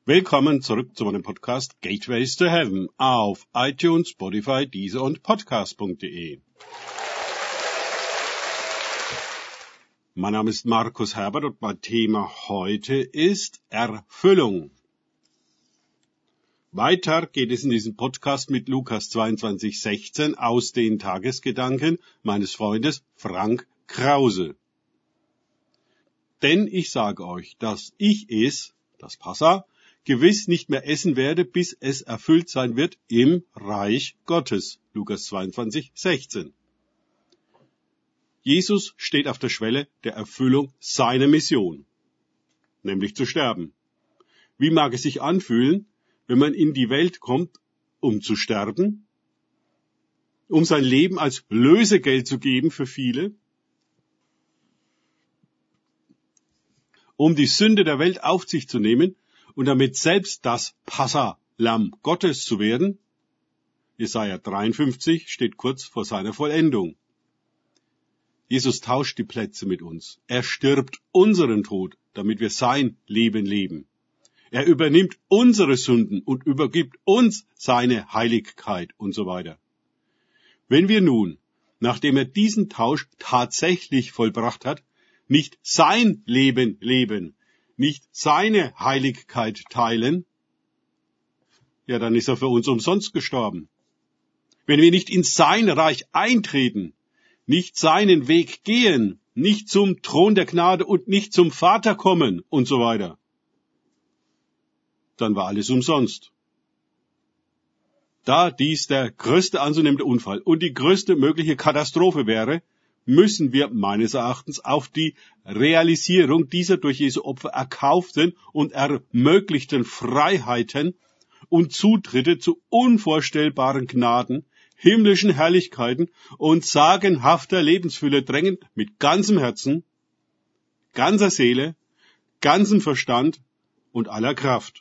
Willkommen zurück zu meinem Podcast Gateways to Heaven auf iTunes, Spotify, Deezer und Podcast.de. Mein Name ist Markus Herbert und mein Thema heute ist Erfüllung. Weiter geht es in diesem Podcast mit Lukas 22,16 aus den Tagesgedanken meines Freundes Frank Krause. Denn ich sage euch, dass ich es, das Passa, gewiss nicht mehr essen werde, bis es erfüllt sein wird im Reich Gottes. Lukas 22,16. Jesus steht auf der Schwelle der Erfüllung seiner Mission, nämlich zu sterben. Wie mag es sich anfühlen, wenn man in die Welt kommt, um zu sterben, um sein Leben als Lösegeld zu geben für viele, um die Sünde der Welt auf sich zu nehmen, und damit selbst das Passa-Lamm Gottes zu werden? Jesaja 53 steht kurz vor seiner Vollendung. Jesus tauscht die Plätze mit uns. Er stirbt unseren Tod, damit wir sein Leben leben. Er übernimmt unsere Sünden und übergibt uns seine Heiligkeit und so weiter. Wenn wir nun, nachdem er diesen Tausch tatsächlich vollbracht hat, nicht sein Leben leben, nicht seine Heiligkeit teilen, ja, dann ist er für uns umsonst gestorben. Wenn wir nicht in sein Reich eintreten, nicht seinen Weg gehen, nicht zum Thron der Gnade und nicht zum Vater kommen und so weiter, dann war alles umsonst. Da dies der größte anzunehmende Unfall und die größte mögliche Katastrophe wäre, müssen wir meines Erachtens auf die Realisierung dieser durch Jesu Opfer erkauften und ermöglichten Freiheiten und Zutritte zu unvorstellbaren Gnaden, himmlischen Herrlichkeiten und sagenhafter Lebensfülle drängen mit ganzem Herzen, ganzer Seele, ganzem Verstand und aller Kraft.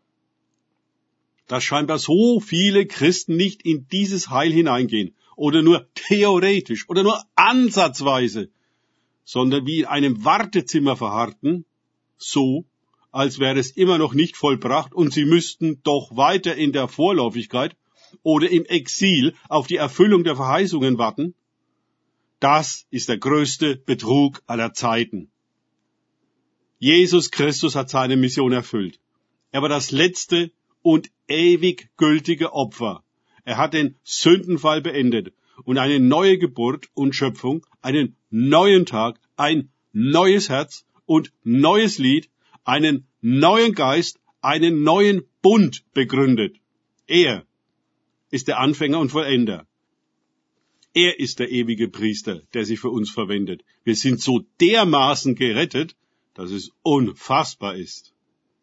Dass scheinbar so viele Christen nicht in dieses Heil hineingehen, oder nur theoretisch oder nur ansatzweise, sondern wie in einem Wartezimmer verharrten, so, als wäre es immer noch nicht vollbracht und sie müssten doch weiter in der Vorläufigkeit oder im Exil auf die Erfüllung der Verheißungen warten, das ist der größte Betrug aller Zeiten. Jesus Christus hat seine Mission erfüllt. Er war das letzte und ewig gültige Opfer. Er hat den Sündenfall beendet und eine neue Geburt und Schöpfung, einen neuen Tag, ein neues Herz und neues Lied, einen neuen Geist, einen neuen Bund begründet. Er ist der Anfänger und Vollender. Er ist der ewige Priester, der sich für uns verwendet. Wir sind so dermaßen gerettet, dass es unfassbar ist.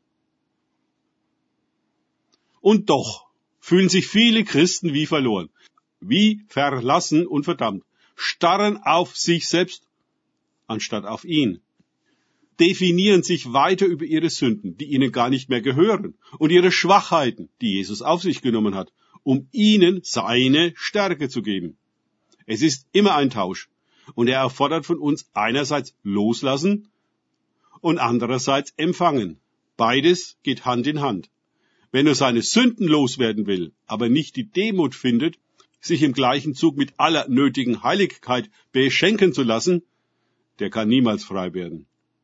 Und doch fühlen sich viele Christen wie verloren, wie verlassen und verdammt, starren auf sich selbst, anstatt auf ihn, definieren sich weiter über ihre Sünden, die ihnen gar nicht mehr gehören, und ihre Schwachheiten, die Jesus auf sich genommen hat, um ihnen seine Stärke zu geben. Es ist immer ein Tausch, und er erfordert von uns einerseits loslassen und andererseits empfangen. Beides geht Hand in Hand. Wenn er seine Sünden loswerden will, aber nicht die Demut findet, sich im gleichen Zug mit aller nötigen Heiligkeit beschenken zu lassen, der kann niemals frei werden.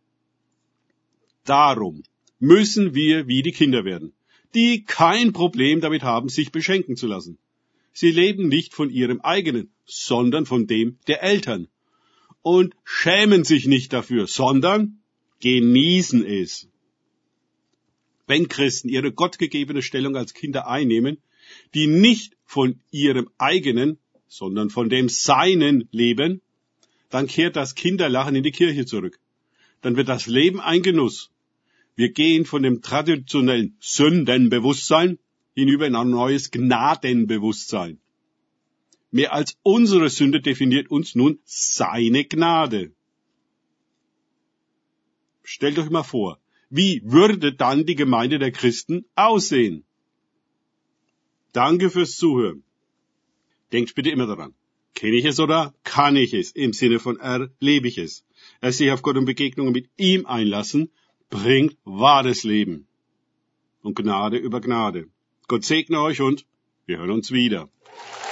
Darum müssen wir wie die Kinder werden, die kein Problem damit haben, sich beschenken zu lassen. Sie leben nicht von ihrem eigenen, sondern von dem der Eltern und schämen sich nicht dafür, sondern genießen es. Wenn Christen ihre gottgegebene Stellung als Kinder einnehmen, die nicht von ihrem eigenen, sondern von dem Seinen leben, dann kehrt das Kinderlachen in die Kirche zurück. Dann wird das Leben ein Genuss. Wir gehen von dem traditionellen Sündenbewusstsein hinüber in ein neues Gnadenbewusstsein. Mehr als unsere Sünde definiert uns nun seine Gnade. Stellt euch mal vor, wie würde dann die Gemeinde der Christen aussehen? Danke fürs Zuhören. Denkt bitte immer daran. Kenne ich es oder kann ich es? Im Sinne von erlebe ich es. Sich auf Gott und Begegnungen mit ihm einlassen, bringt wahres Leben. und Gnade über Gnade. Gott segne euch und wir hören uns wieder.